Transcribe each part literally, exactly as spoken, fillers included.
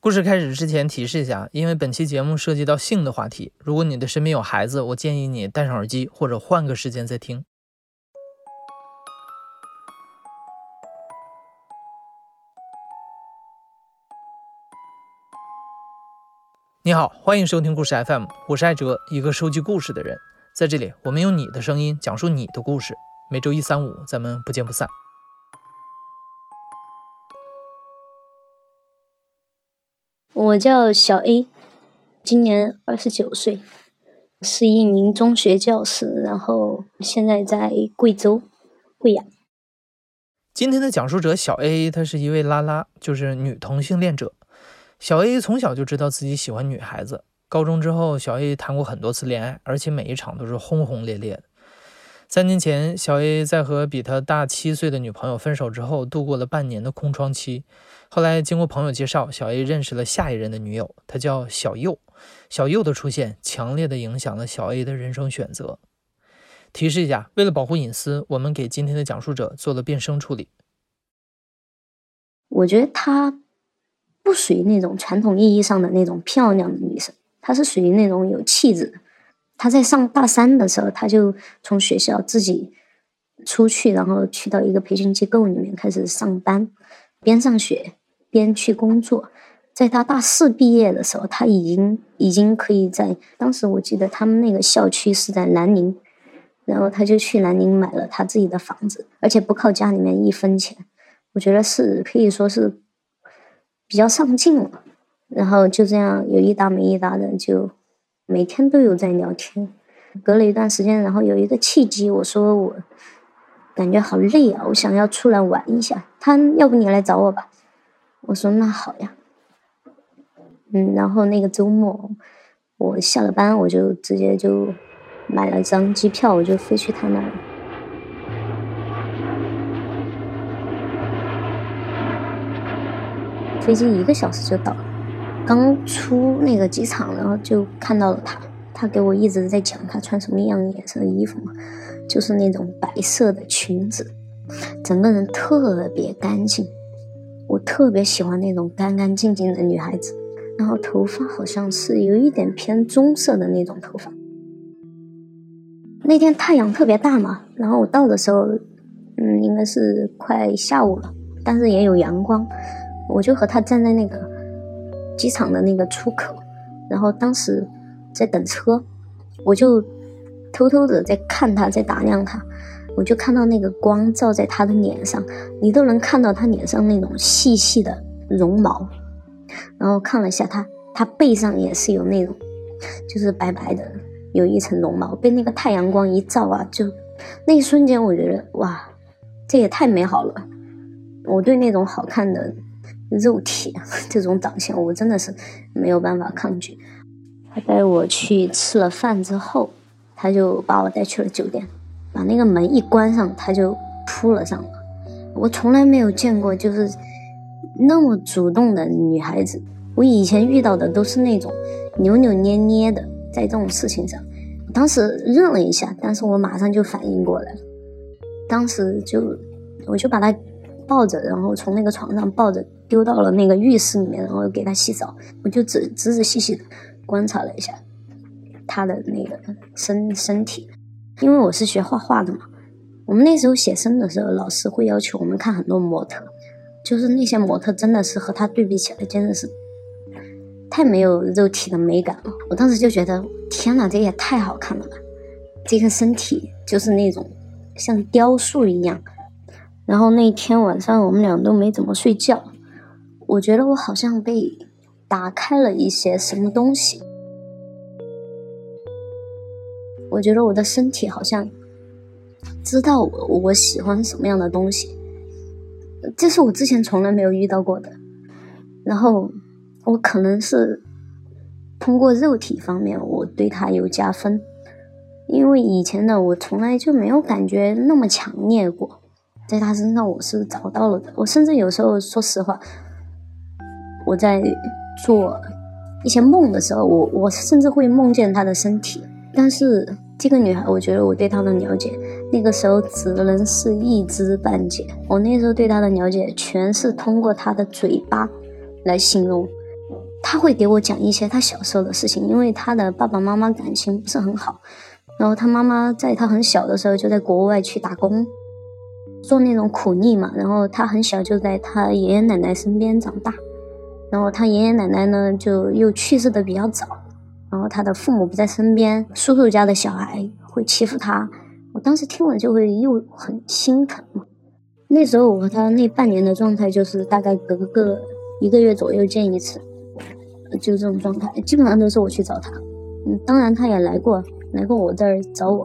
故事开始之前提示一下，因为本期节目涉及到性的话题，如果你的身边有孩子，我建议你戴上耳机或者换个时间再听。你好，欢迎收听故事 F M， 我是艾哲，一个收集故事的人。在这里，我们用你的声音讲述你的故事。每周一、三、五，咱们不见不散。 我叫小 A， 今年二十九岁，是一名中学教师，然后现在在贵州贵阳。 今天的讲述者小 A， 她是一位拉拉，就是女同性恋者。小 A 从小就知道自己喜欢女孩子，高中之后，小 A 谈过很多次恋爱，而且每一场都是轰轰烈烈的。三年前，小 A 在和比他大七岁的女朋友分手之后，度过了半年的空窗期。后来经过朋友介绍，小 A 认识了下一任的女友，她叫小右。小右的出现强烈的影响了小 A 的人生选择。提示一下，为了保护隐私，我们给今天的讲述者做了变声处理。 我觉得她不属于那种传统意义上的那种漂亮的女生，她是属于那种有气质的。她在上大三的时候，她就从学校自己出去，然后去到一个培训机构里面开始上班，边上学边去工作。在她大四毕业的时候，她已经已经可以在当时我记得他们那个校区是在南宁，然后她就去南宁买了她自己的房子，而且不靠家里面一分钱。我觉得是可以说是比较上进了。然后就这样有一搭没一搭的，就每天都有在聊天。隔了一段时间，然后有一个契机，我说我感觉好累啊，我想要出来玩一下，他要不你来找我吧。我说那好呀。嗯，然后那个周末我下了班，我就直接就买了张机票，我就飞去他那儿。飞机一个小时就到了，刚出那个机场，然后就看到了他。他给我一直在讲他穿什么样颜色的衣服嘛，就是那种白色的裙子，整个人特别干净。我特别喜欢那种干干净净的女孩子，然后头发好像是有一点偏棕色的那种头发。那天太阳特别大嘛，然后我到的时候嗯，应该是快下午了，但是也有阳光。我就和他站在那个机场的那个出口，然后当时在等车，我就偷偷的在看他，在打量他。我就看到那个光照在他的脸上，你都能看到他脸上那种细细的绒毛。然后看了一下他，他背上也是有那种就是白白的有一层绒毛，被那个太阳光一照啊，就那一瞬间我觉得哇，这也太美好了。我对那种好看的肉体这种长相我真的是没有办法抗拒。他带我去吃了饭之后，他就把我带去了酒店，把那个门一关上，他就扑了上了。我从来没有见过就是那么主动的女孩子，我以前遇到的都是那种扭扭捏捏的。在这种事情上当时愣了一下，但是我马上就反应过来了。当时就我就把他抱着，然后从那个床上抱着丢到了那个浴室里面，然后给他洗澡。我就仔仔仔细细的观察了一下他的那个身身体，因为我是学画画的嘛，我们那时候写生的时候，老师会要求我们看很多模特，就是那些模特真的是和他对比起来，真的是太没有肉体的美感了。我当时就觉得天哪，这也太好看了吧，这个身体就是那种像雕塑一样。然后那天晚上我们俩都没怎么睡觉，我觉得我好像被打开了一些什么东西，我觉得我的身体好像知道我我喜欢什么样的东西，这是我之前从来没有遇到过的。然后我可能是通过肉体方面我对他有加分，因为以前的我从来就没有感觉那么强烈过，在他身上我是找到了的。我甚至有时候说实话，我在做一些梦的时候，我我甚至会梦见他的身体。但是这个女孩，我觉得我对她的了解那个时候只能是一知半解。我那时候对她的了解全是通过她的嘴巴来形容。 他会给我讲一些他小时候的事情，因为他的爸爸妈妈感情不是很好，然后他妈妈在他很小的时候就在国外去打工，做那种苦力嘛，然后他很小就在他爷爷奶奶身边长大，然后他爷爷奶奶呢就又去世的比较早，然后他的父母不在身边，叔叔家的小孩会欺负他，我当时听了就会又很心疼嘛。那时候我和他那半年的状态就是大概隔个一个月左右见一次，就这种状态，基本上都是我去找他。嗯，当然他也来过来过我这儿找我。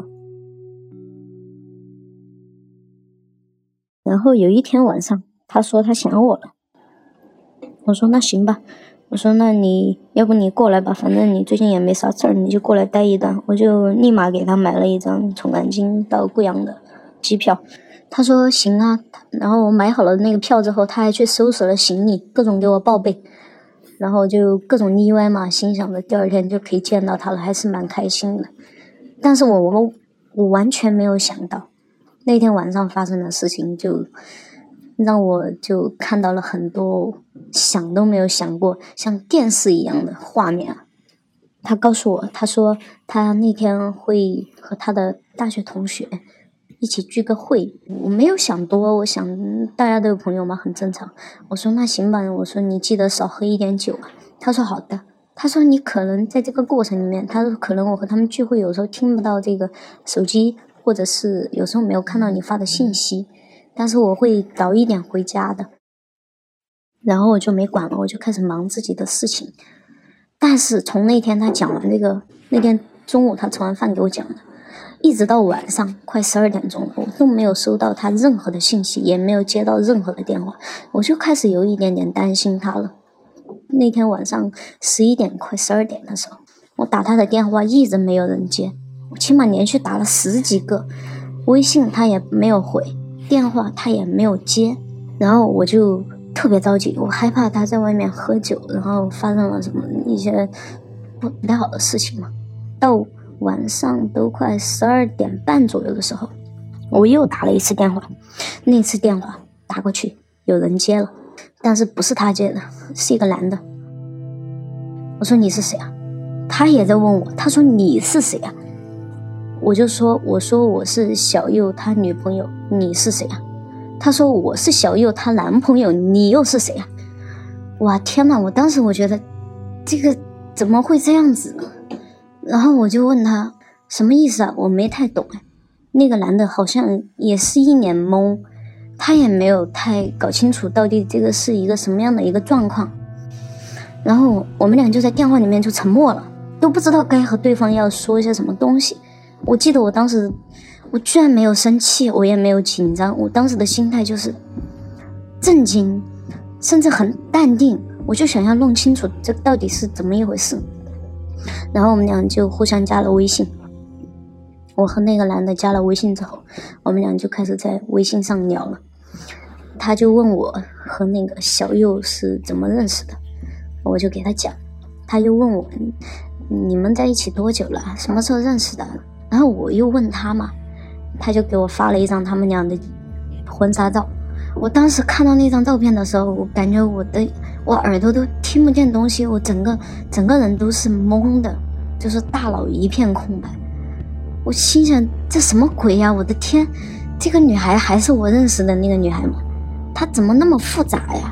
然后有一天晚上他说他想我了，我说那行吧，我说那你要不你过来吧，反正你最近也没啥事儿，你就过来待一待。我就立马给他买了一张从南京到贵阳的机票。他说行啊，然后我买好了那个票之后，他还去收拾了行李，各种给我报备，然后就各种腻歪嘛，心想着第二天就可以见到他了，还是蛮开心的。但是我我我完全没有想到那天晚上发生的事情，就让我就看到了很多想都没有想过像电视一样的画面啊。他告诉我，他说他那天会和他的大学同学一起聚个会，我没有想多，我想大家都有朋友嘛，很正常。我说那行吧，我说你记得少喝一点酒啊。他说好的。他说你可能在这个过程里面，他说可能我和他们聚会有时候听不到这个手机，或者是有时候没有看到你发的信息，但是我会早一点回家的。然后我就没管了，我就开始忙自己的事情。但是从那天他讲完这个，那天中午他吃完饭给我讲的，一直到晚上快十二点钟了，我都没有收到他任何的信息，也没有接到任何的电话，我就开始有一点点担心他了。那天晚上十一点快十二点的时候，我打他的电话一直没有人接，我起码连续打了十几个，微信他也没有回，电话他也没有接，然后我就特别着急，我害怕他在外面喝酒，然后发生了什么一些不太好的事情嘛。到晚上都快十二点半左右的时候，我又打了一次电话，那次电话打过去有人接了，但是不是他接的，是一个男的。我说你是谁啊？他也在问我，他说你是谁啊？我就说我说我是小佑他女朋友，你是谁啊？他说我是小佑他男朋友，你又是谁啊？哇天哪，我当时我觉得这个怎么会这样子呢？然后我就问他什么意思啊，我没太懂哎。那个男的好像也是一脸懵，他也没有太搞清楚到底这个是一个什么样的一个状况。然后我们俩就在电话里面就沉默了，都不知道该和对方要说一些什么东西。我记得我当时我居然没有生气，我也没有紧张，我当时的心态就是震惊，甚至很淡定，我就想要弄清楚这到底是怎么一回事。然后我们俩就互相加了微信，我和那个男的加了微信之后，我们俩就开始在微信上聊了。他就问我和那个小佑是怎么认识的，我就给他讲。他又问我你们在一起多久了，什么时候认识的，然后我又问他嘛，他就给我发了一张他们俩的婚纱照。我当时看到那张照片的时候，我感觉我的我耳朵都听不见东西，我整个整个人都是懵的，就是大脑一片空白。我心想这什么鬼呀，我的天，这个女孩还是我认识的那个女孩吗？她怎么那么复杂呀？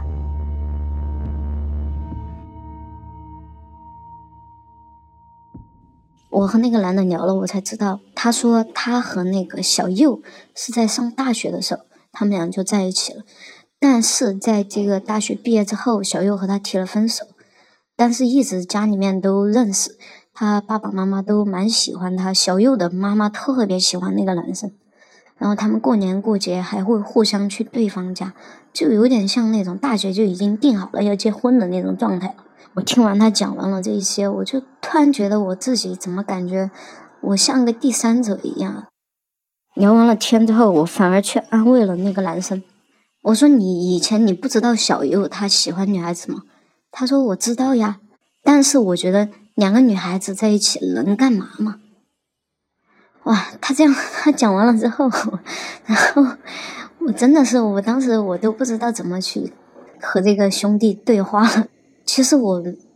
我和那个男的聊了，我才知道，他说他和那个小佑是在上大学的时候他们俩就在一起了，但是在这个大学毕业之后，小佑和他提了分手，但是一直家里面都认识，他爸爸妈妈都蛮喜欢他，小佑的妈妈特别喜欢那个男生，然后他们过年过节还会互相去对方家，就有点像那种大学就已经定好了要结婚的那种状态了。我听完他讲完了这一些，我就突然觉得我自己怎么感觉我像个第三者一样。聊完了天之后，我反而去安慰了那个男生，我说你以前你不知道小佑他喜欢女孩子吗？他说我知道呀，但是我觉得两个女孩子在一起能干嘛嘛？哇，他这样他讲完了之后，然后我真的是我当时我都不知道怎么去和这个兄弟对话了。其实我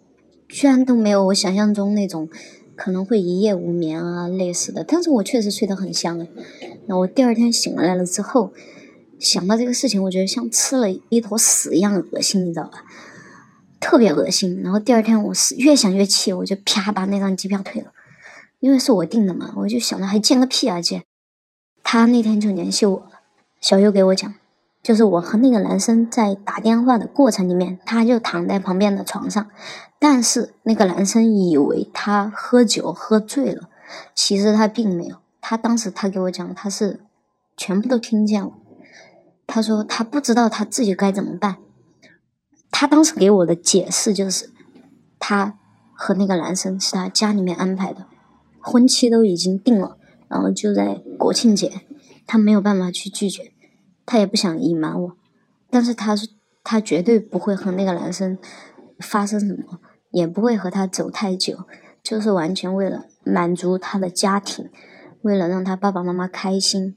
居然都没有我想象中那种可能会一夜无眠啊类似的，但是我确实睡得很香。然后我第二天醒来了之后，想到这个事情，我觉得像吃了一坨屎一样恶心，你知道吧？特别恶心。然后第二天我是越想越气，我就啪把那张机票退了，因为是我订的嘛，我就想着还见个屁啊见。他那天就联系我了，小优给我讲，就是我和那个男生在打电话的过程里面，他就躺在旁边的床上，但是那个男生以为他喝酒喝醉了，其实他并没有。他当时他给我讲，他是全部都听见了。他说他不知道他自己该怎么办。他当时给我的解释就是，他和那个男生是他家里面安排的，婚期都已经定了，然后就在国庆节，他没有办法去拒绝，他也不想隐瞒我，但是他他绝对不会和那个男生发生什么，也不会和他走太久，就是完全为了满足他的家庭，为了让他爸爸妈妈开心。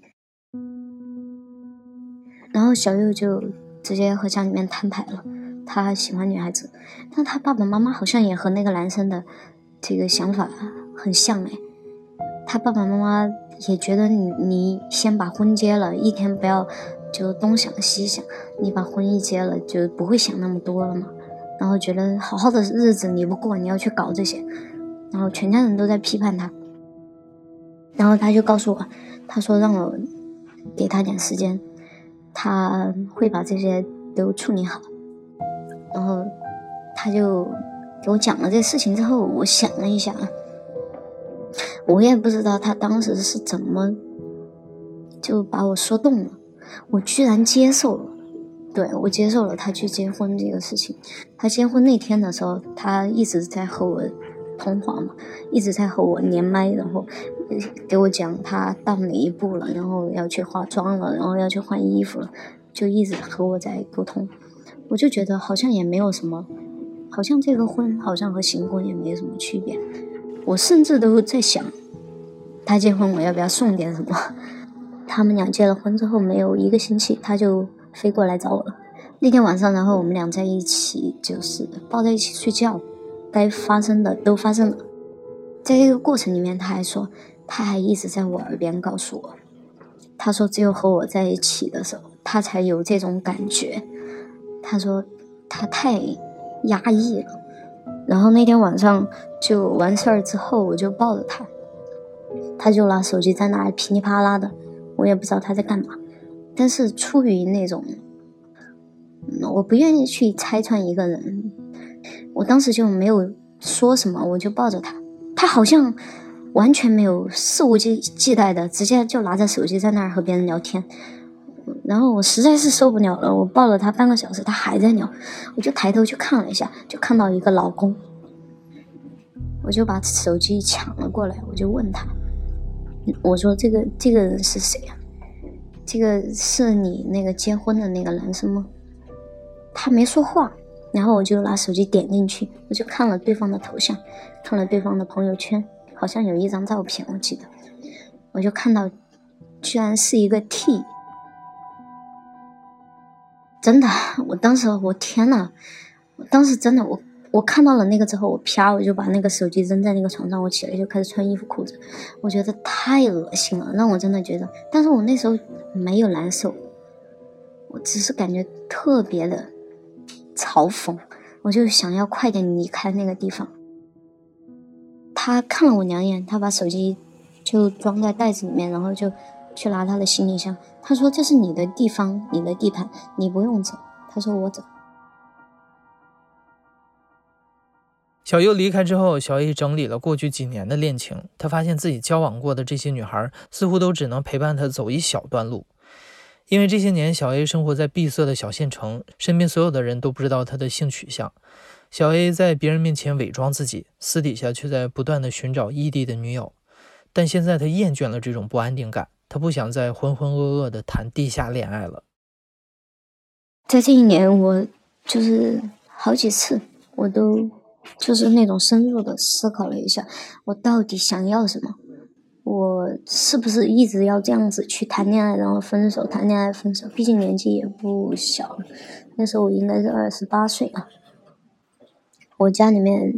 然后小佑就直接和家里面摊牌了，他喜欢女孩子，但他爸爸妈妈好像也和那个男生的这个想法很像诶。他爸爸妈妈也觉得你你先把婚结了，一天不要就东想西想，你把婚一结了就不会想那么多了嘛。然后觉得好好的日子你不过，你要去搞这些，然后全家人都在批判他。然后他就告诉我，他说让我给他点时间，他会把这些都处理好。然后他就给我讲了这事情之后，我想了一下，我也不知道他当时是怎么就把我说动了，我居然接受了。对，我接受了他去结婚这个事情。他结婚那天的时候，他一直在和我通话嘛，一直在和我连麦，然后给我讲他到哪一步了，然后要去化妆了，然后要去换衣服了，就一直和我在沟通。我就觉得好像也没有什么，好像这个婚好像和行婚也没什么区别。我甚至都在想，他结婚我要不要送点什么。他们俩结了婚之后没有一个星期，他就飞过来找我了。那天晚上，然后我们俩在一起，就是抱在一起睡觉，该发生的都发生了。在这个过程里面，他还说，他还一直在我耳边告诉我，他说只有和我在一起的时候，他才有这种感觉。他说他太压抑了。然后那天晚上就完事儿之后，我就抱着他，他就拿手机在那里噼里啪啦的，我也不知道他在干嘛。但是出于那种、嗯、我不愿意去拆穿一个人，我当时就没有说什么，我就抱着他，他好像完全没有肆无忌忌惮的直接就拿着手机在那儿和别人聊天。然后我实在是受不了了，我抱了他半个小时，他还在聊，我就抬头去看了一下，就看到一个老公，我就把手机抢了过来，我就问他，我说这个这个人是谁啊？这个是你那个结婚的那个男生吗？他没说话，然后我就拿手机点进去，我就看了对方的头像，看了对方的朋友圈，好像有一张照片我记得，我就看到居然是一个 T。 真的，我当时我天哪，我当时真的我我看到了那个之后，我啪我就把那个手机扔在那个床上，我起来就开始穿衣服裤子，我觉得太恶心了，让我真的觉得，但是我那时候没有难受，我只是感觉特别的嘲讽，我就想要快点离开那个地方。他看了我两眼，他把手机就装在袋子里面，然后就去拿他的行李箱，他说这是你的地方，你的地盘，你不用走，他说我走。 小优离开之后，小 A 整理了过去几年的恋情，他发现自己交往过的这些女孩似乎都只能陪伴他走一小段路。因为这些年小 A 生活在闭塞的小县城，身边所有的人都不知道他的性取向。小 A 在别人面前伪装自己，私底下却在不断的寻找异地的女友。但现在他厌倦了这种不安定感，他不想再浑浑噩噩的谈地下恋爱了。 在这一年，我就是好几次我都就是那种深入的思考了一下，我到底想要什么，我是不是一直要这样子去谈恋爱然后分手，谈恋爱分手，毕竟年纪也不小了，那时候我应该是二十八岁了。我家里面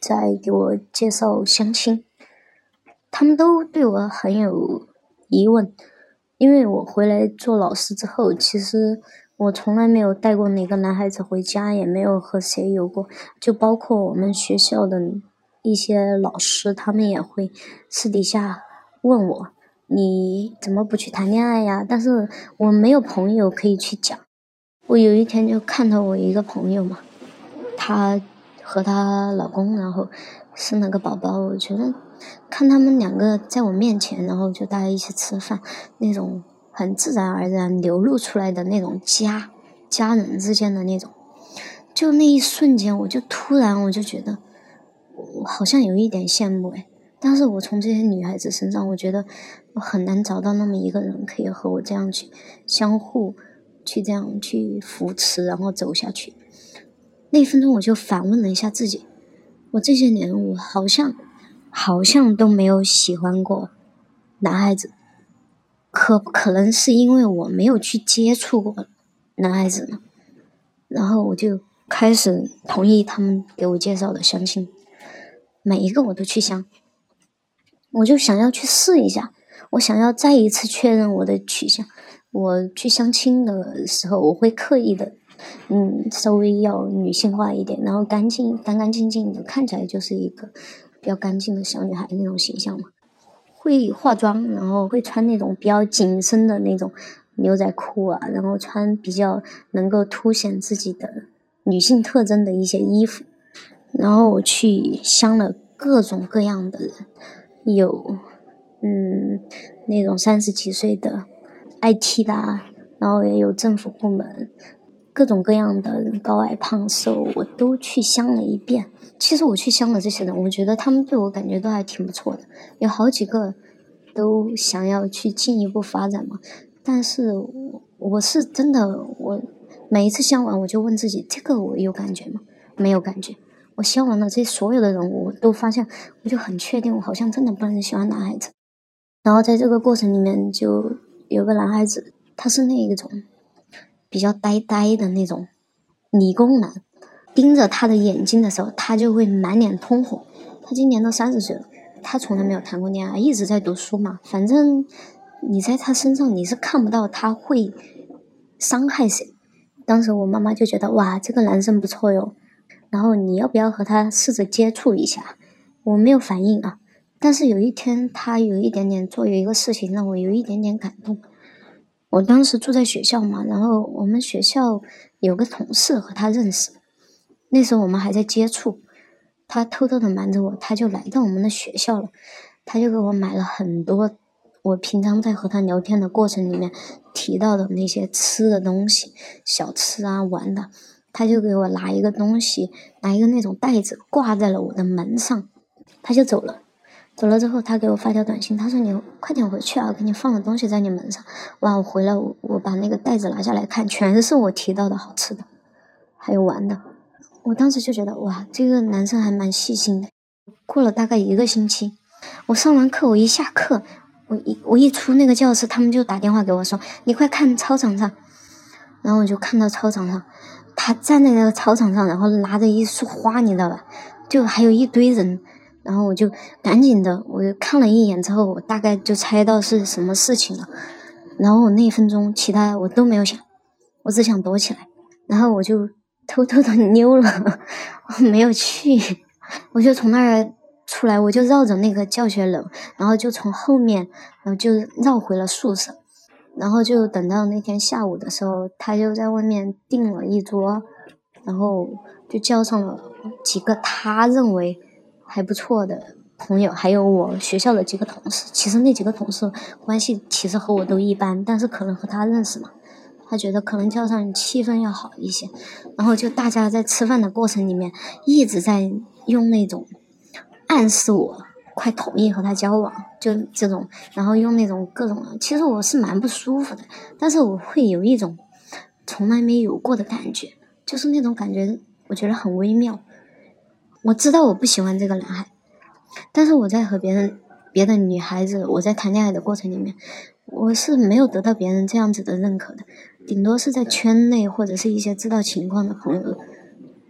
在给我介绍相亲，他们都对我很有疑问，因为我回来做老师之后，其实我从来没有带过哪个男孩子回家，也没有和谁有过，就包括我们学校的一些老师，他们也会私底下问我，你怎么不去谈恋爱呀？但是我没有朋友可以去讲。我有一天就看到我一个朋友嘛，她和她老公然后生了个宝宝，我觉得看他们两个在我面前，然后就大家一起吃饭，那种很自然而然流露出来的那种家家人之间的那种，就那一瞬间我就突然我就觉得我好像有一点羡慕诶，但是我从这些女孩子身上，我觉得我很难找到那么一个人可以和我这样去相互去这样去扶持，然后走下去。那一分钟我就反问了一下自己，我这些年我好像好像都没有喜欢过男孩子，可不可能是因为我没有去接触过男孩子呢？然后我就开始同意他们给我介绍的相亲，每一个我都去相，我就想要去试一下，我想要再一次确认我的取向。我去相亲的时候，我会刻意的嗯，稍微要女性化一点，然后干净干干净净的，看起来就是一个比较干净的小女孩那种形象嘛。会化妆，然后会穿那种比较紧身的那种牛仔裤啊，然后穿比较能够凸显自己的女性特征的一些衣服。然后我去相了各种各样的人，有嗯那种三十几岁的 I T 的啊，然后也有政府部门，各种各样的高矮胖瘦我都去相了一遍。其实我去相的这些人，我觉得他们对我感觉都还挺不错的，有好几个都想要去进一步发展嘛。但是我我是真的，我每一次相完我就问自己，这个我有感觉吗？没有感觉。我相完了这所有的人，我都发现，我就很确定我好像真的不能喜欢男孩子。然后在这个过程里面，就有个男孩子，他是那种比较呆呆的那种理工男，盯着他的眼睛的时候，他就会满脸通红。他今年都三十岁了，他从来没有谈过恋爱，一直在读书嘛。反正你在他身上你是看不到他会伤害谁。当时我妈妈就觉得，哇，这个男生不错哟，然后你要不要和他试着接触一下？我没有反应啊，但是有一天他有一点点做有一个事情让我有一点点感动。我当时住在学校嘛，然后我们学校有个同事和他认识，那时候我们还在接触，他偷偷的瞒着我，他就来到我们的学校了，他就给我买了很多我平常在和他聊天的过程里面提到的那些吃的东西，小吃啊玩的，他就给我拿一个东西，拿一个那种袋子挂在了我的门上，他就走了。走了之后他给我发条短信，他说你快点回去啊，给你放的东西在你门上。哇，我回来我我把那个袋子拿下来看，全是我提到的好吃的还有玩的。我当时就觉得，哇，这个男生还蛮细心的。过了大概一个星期，我上完课，我一下课，我一我一出那个教室，他们就打电话给我说，你快看操场上。然后我就看到操场上，他站在那个操场上，然后拿着一束花，你知道吧，就还有一堆人。然后我就赶紧的，我就看了一眼之后，我大概就猜到是什么事情了。然后我那一分钟其他我都没有想，我只想躲起来。然后我就偷偷的溜了，我没有去，我就从那儿出来，我就绕着那个教学楼，然后就从后面，然后就绕回了宿舍。然后就等到那天下午的时候，他就在外面订了一桌，然后就叫上了几个他认为还不错的朋友，还有我学校的几个同事。其实那几个同事关系其实和我都一般，但是可能和他认识嘛，他觉得可能叫上气氛要好一些。然后就大家在吃饭的过程里面一直在用那种暗示我快同意和他交往，就这种，然后用那种各种，其实我是蛮不舒服的，但是我会有一种从来没有过的感觉，就是那种感觉我觉得很微妙。我知道我不喜欢这个男孩，但是我在和别人别的女孩子我在谈恋爱的过程里面，我是没有得到别人这样子的认可的，顶多是在圈内或者是一些知道情况的朋友，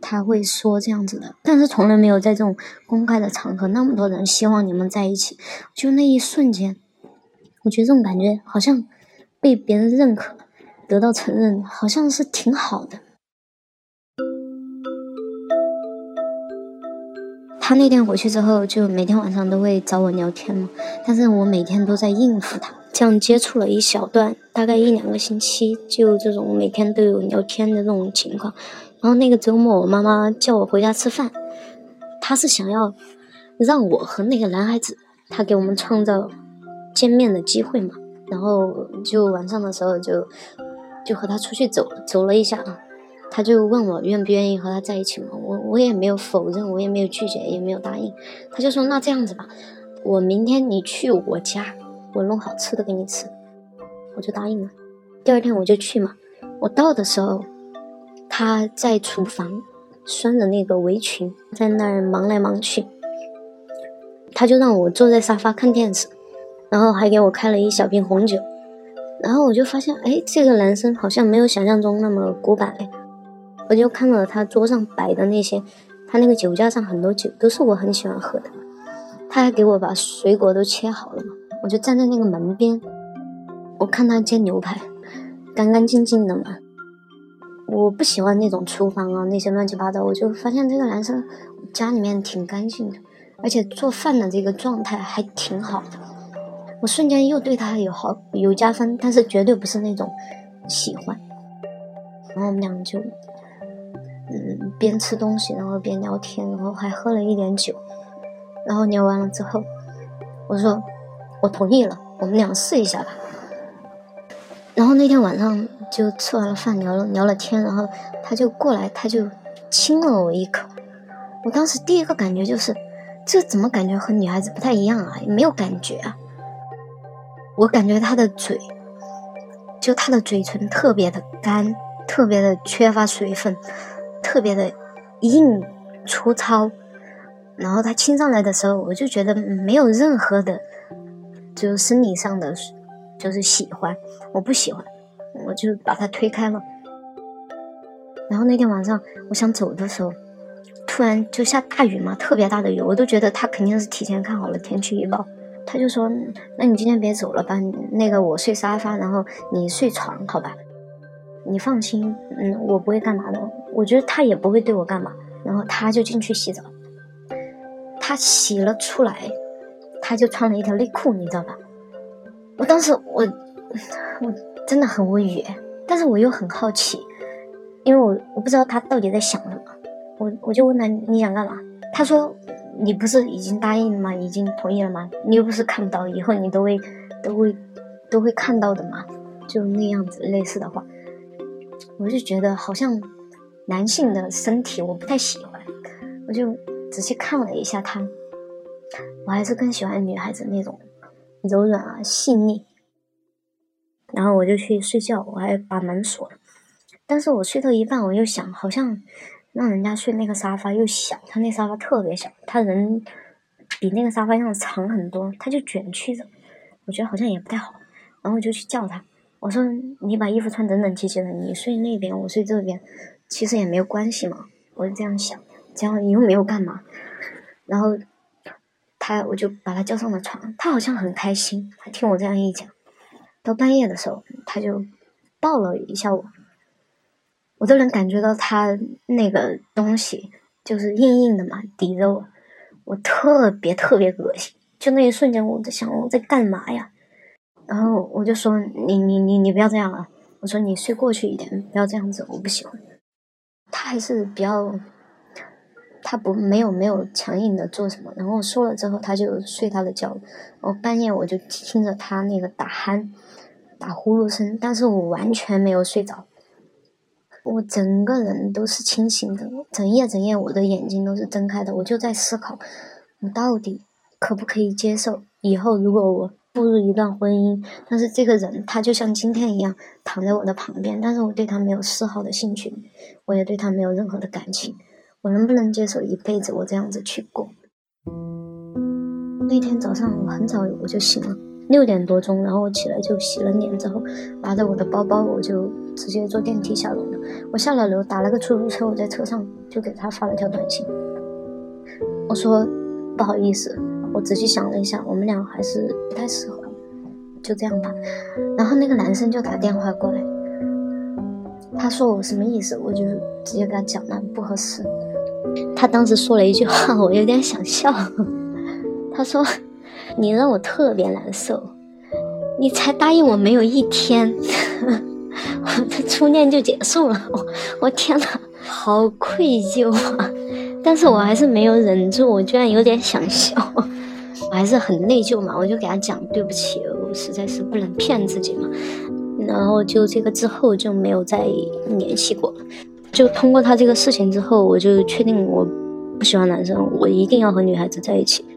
他会说这样子的，但是从来没有在这种公开的场合，那么多人希望你们在一起，就那一瞬间，我觉得这种感觉好像被别人认可，得到承认，好像是挺好的。他那天回去之后，就每天晚上都会找我聊天嘛，但是我每天都在应付他，这样接触了一小段，大概一两个星期，就这种每天都有聊天的这种情况。然后那个周末，我妈妈叫我回家吃饭，她是想要让我和那个男孩子，他给我们创造见面的机会嘛。然后就晚上的时候就就和他出去走走了一下啊。他就问我愿不愿意和他在一起嘛，我我也没有否认，我也没有拒绝，也没有答应。他就说那这样子吧，我明天你去我家，我弄好吃的给你吃，我就答应了。第二天我就去嘛，我到的时候，他在厨房拴着那个围裙，在那儿忙来忙去，他就让我坐在沙发看电视，然后还给我开了一小瓶红酒。然后我就发现，哎，这个男生好像没有想象中那么古板哎。我就看了他桌上摆的那些，他那个酒架上很多酒都是我很喜欢喝的，他还给我把水果都切好了嘛，我就站在那个门边，我看他煎牛排，干干净净的嘛。我不喜欢那种厨房啊那些乱七八糟，我就发现这个男生家里面挺干净的，而且做饭的这个状态还挺好的，我瞬间又对他有好有加分，但是绝对不是那种喜欢。然后我们俩就嗯，边吃东西，然后边聊天，然后还喝了一点酒。然后聊完了之后，我说我同意了，我们俩试一下吧。然后那天晚上就吃完了饭，聊了聊了天，然后他就过来，他就亲了我一口。我当时第一个感觉就是，这怎么感觉和女孩子不太一样啊？没有感觉啊。我感觉他的嘴，就他的嘴唇特别的干，特别的缺乏水分，特别的硬粗糙。然后他亲上来的时候，我就觉得没有任何的就是生理上的就是喜欢，我不喜欢，我就把他推开了。然后那天晚上我想走的时候，突然就下大雨嘛，特别大的雨，我都觉得他肯定是提前看好了天气预报。他就说那你今天别走了吧，那个我睡沙发，然后你睡床好吧，你放心，嗯，我不会干嘛的，我觉得他也不会对我干嘛。然后他就进去洗澡，他洗了出来，他就穿了一条内裤，你知道吧？我当时我我真的很无语，但是我又很好奇，因为我我不知道他到底在想什么。我我就问他你想干嘛？他说你不是已经答应了吗？已经同意了吗？你又不是看不到，以后你都会都会都会看到的嘛，就那样子类似的话。我就觉得好像男性的身体我不太喜欢，我就仔细看了一下他，我还是更喜欢女孩子那种柔软啊细腻。然后我就去睡觉，我还把门锁了。但是我睡到一半，我又想好像让人家睡那个沙发又小，他那沙发特别小，他人比那个沙发样子长很多，他就卷曲着，我觉得好像也不太好。然后我就去叫他，我说你把衣服穿整整齐齐的，你睡那边我睡这边，其实也没有关系嘛，我就这样想，这样又没有干嘛。然后他我就把他叫上了床，他好像很开心，他听我这样一讲。到半夜的时候他就抱了一下我，我都能感觉到他那个东西就是硬硬的嘛，抵着我，我特别特别恶心。就那一瞬间我在想我在干嘛呀，然后我就说你你你你不要这样啊，我说你睡过去一点，不要这样子，我不喜欢。他还是比较他不没有没有强硬的做什么，然后说了之后他就睡他的觉了。然后半夜我就听着他那个打鼾打呼噜声，但是我完全没有睡着，我整个人都是清醒的，整夜整夜我的眼睛都是睁开的，我就在思考我到底可不可以接受以后如果我步入一段婚姻，但是这个人他就像今天一样躺在我的旁边，但是我对他没有丝毫的兴趣，我也对他没有任何的感情，我能不能接受一辈子我这样子去过。那天早上我很早我就醒了，六点多钟，然后我起来就洗了脸之后拿着我的包包，我就直接坐电梯下楼了。 我下了楼打了个出租车，我在车上就给他发了条短信，我说不好意思，我仔细想了一下，我们俩还是不太适合，就这样吧。然后那个男生就打电话过来，他说我什么意思，我就直接给他讲了不合适。他当时说了一句话，我有点想笑。他说你让我特别难受，你才答应我没有一天我的初恋就结束了。我我天哪，好愧疚啊！但是我还是没有忍住，我居然有点想笑，我还是很内疚嘛，我就给他讲对不起，我实在是不能骗自己嘛。然后就这个之后就没有再联系过，就通过他这个事情之后，我就确定我不喜欢男生，我一定要和女孩子在一起。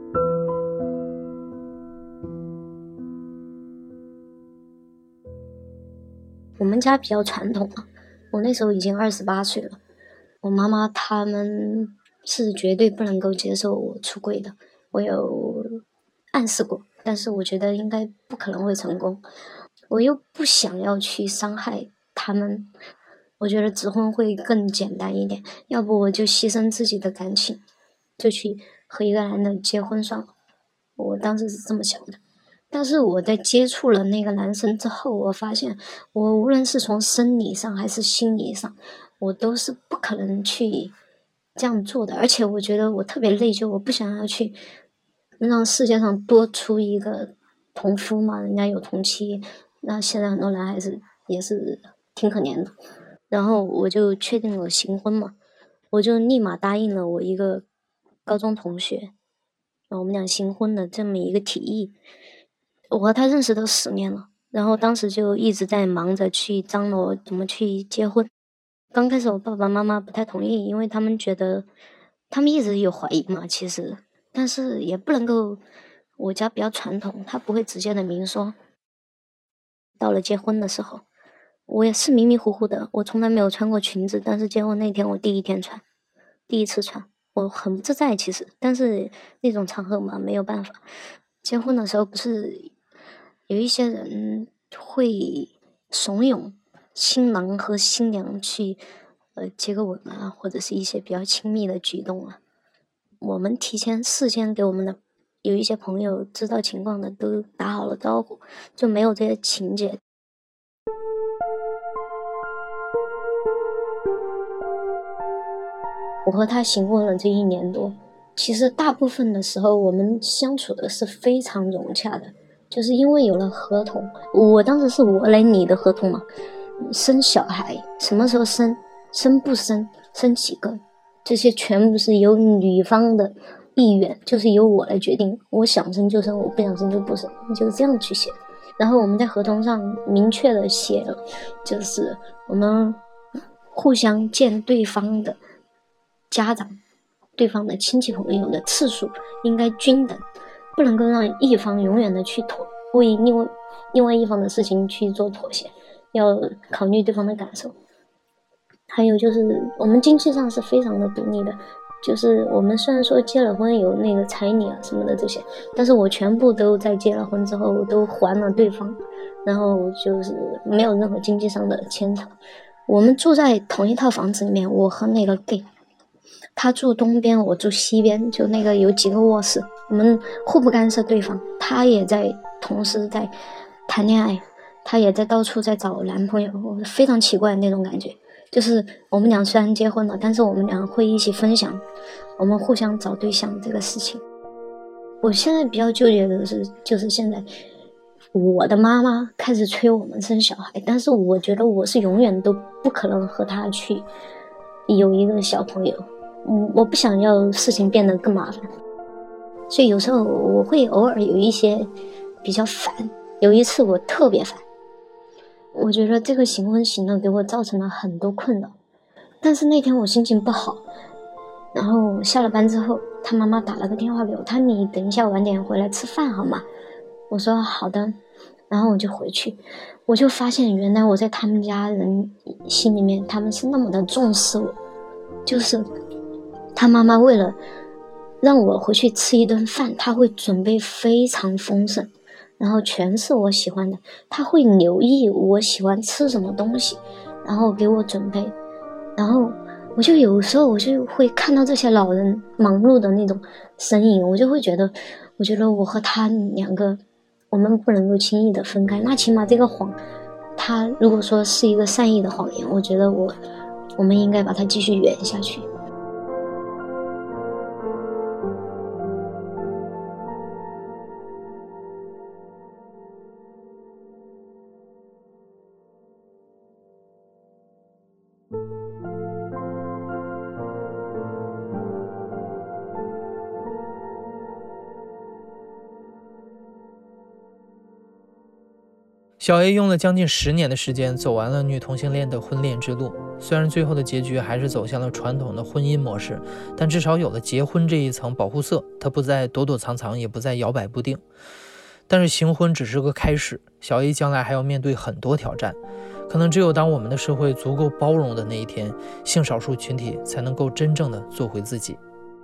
我们家比较传统嘛，我那时候已经二十八岁了，我妈妈他们是绝对不能够接受我出柜的，我有暗示过，但是我觉得应该不可能会成功，我又不想要去伤害他们，我觉得结婚会更简单一点，要不我就牺牲自己的感情，就去和一个男的结婚算了，我当时是这么想的。但是我在接触了那个男生之后，我发现我无论是从生理上还是心理上，我都是不可能去这样做的，而且我觉得我特别内疚，我不想要去让世界上多出一个同夫嘛，人家有同妻，那现在很多男孩子也是挺可怜的。然后我就确定了行婚嘛，我就立马答应了我一个高中同学，我们俩行婚的这么一个提议。我和他认识都十年了，然后当时就一直在忙着去张罗怎么去结婚。刚开始我爸爸妈妈不太同意，因为他们觉得他们一直有怀疑嘛，其实但是也不能够，我家比较传统，他不会直接的明说。到了结婚的时候，我也是迷迷糊糊的，我从来没有穿过裙子，但是结婚那天我第一天穿，第一次穿，我很不自在其实，但是那种场合嘛，没有办法。结婚的时候不是有一些人会怂恿新郎和新娘去呃接个吻啊，或者是一些比较亲密的举动啊。我们提前事先给我们的有一些朋友知道情况的都打好了招呼，就没有这些情节。我和他行婚了这一年多，其实大部分的时候我们相处的是非常融洽的，就是因为有了合同，我当时是我来拟的合同嘛，生小孩什么时候生，生不生，生几个，这些全部是由女方的意愿，就是由我来决定，我想生就生，我不想生就不生，就是这样去写。然后我们在合同上明确的写了，就是我们互相见对方的家长，对方的亲戚朋友的次数应该均等，不能够让一方永远的去妥为另外另外一方的事情去做妥协，要考虑对方的感受。还有就是我们经济上是非常的独立的，就是我们虽然说结了婚有那个彩礼啊什么的这些，但是我全部都在结了婚之后都还了对方，然后就是没有任何经济上的牵扯。我们住在同一套房子里面，我和那个 gay， 他住东边我住西边，就那个有几个卧室，我们互不干涉对方，他也在同时在谈恋爱，他也在到处在找男朋友，非常奇怪那种感觉。就是我们俩虽然结婚了，但是我们俩会一起分享我们互相找对象这个事情。我现在比较纠结的是，就是现在我的妈妈开始催我们生小孩，但是我觉得我是永远都不可能和她去有一个小朋友，嗯，我不想要事情变得更麻烦，所以有时候我会偶尔有一些比较烦。有一次我特别烦，我觉得这个行婚行了给我造成了很多困扰，但是那天我心情不好，然后下了班之后他妈妈打了个电话给我，他你等一下晚点回来吃饭好吗？我说好的，然后我就回去，我就发现原来我在他们家人心里面他们是那么的重视我，就是他妈妈为了让我回去吃一顿饭，他会准备非常丰盛，然后全是我喜欢的，他会留意我喜欢吃什么东西，然后给我准备， 然后我就有时候我就会看到这些老人忙碌的那种身影，我就会觉得，我觉得我和他两个，我们不能够轻易的分开。那起码这个谎，他如果说是一个善意的谎言，我觉得我我们应该把它继续圆下去。 小 A 用了将近十年的时间走完了女同性恋的婚恋之路，虽然最后的结局还是走向了传统的婚姻模式，但至少有了结婚这一层保护色，她不再躲躲藏藏，也不再摇摆不定。但是行婚只是个开始，小 A 将来还要面对很多挑战，可能只有当我们的社会足够包容的那一天，性少数群体才能够真正的做回自己。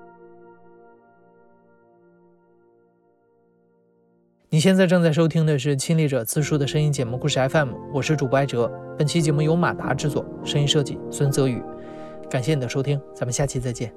你现在正在收听的是亲历者自述的声音节目故事 F M， 我是主播艾哲。本期节目由马达制作，声音设计孙泽宇。感谢你的收听，咱们下期再见。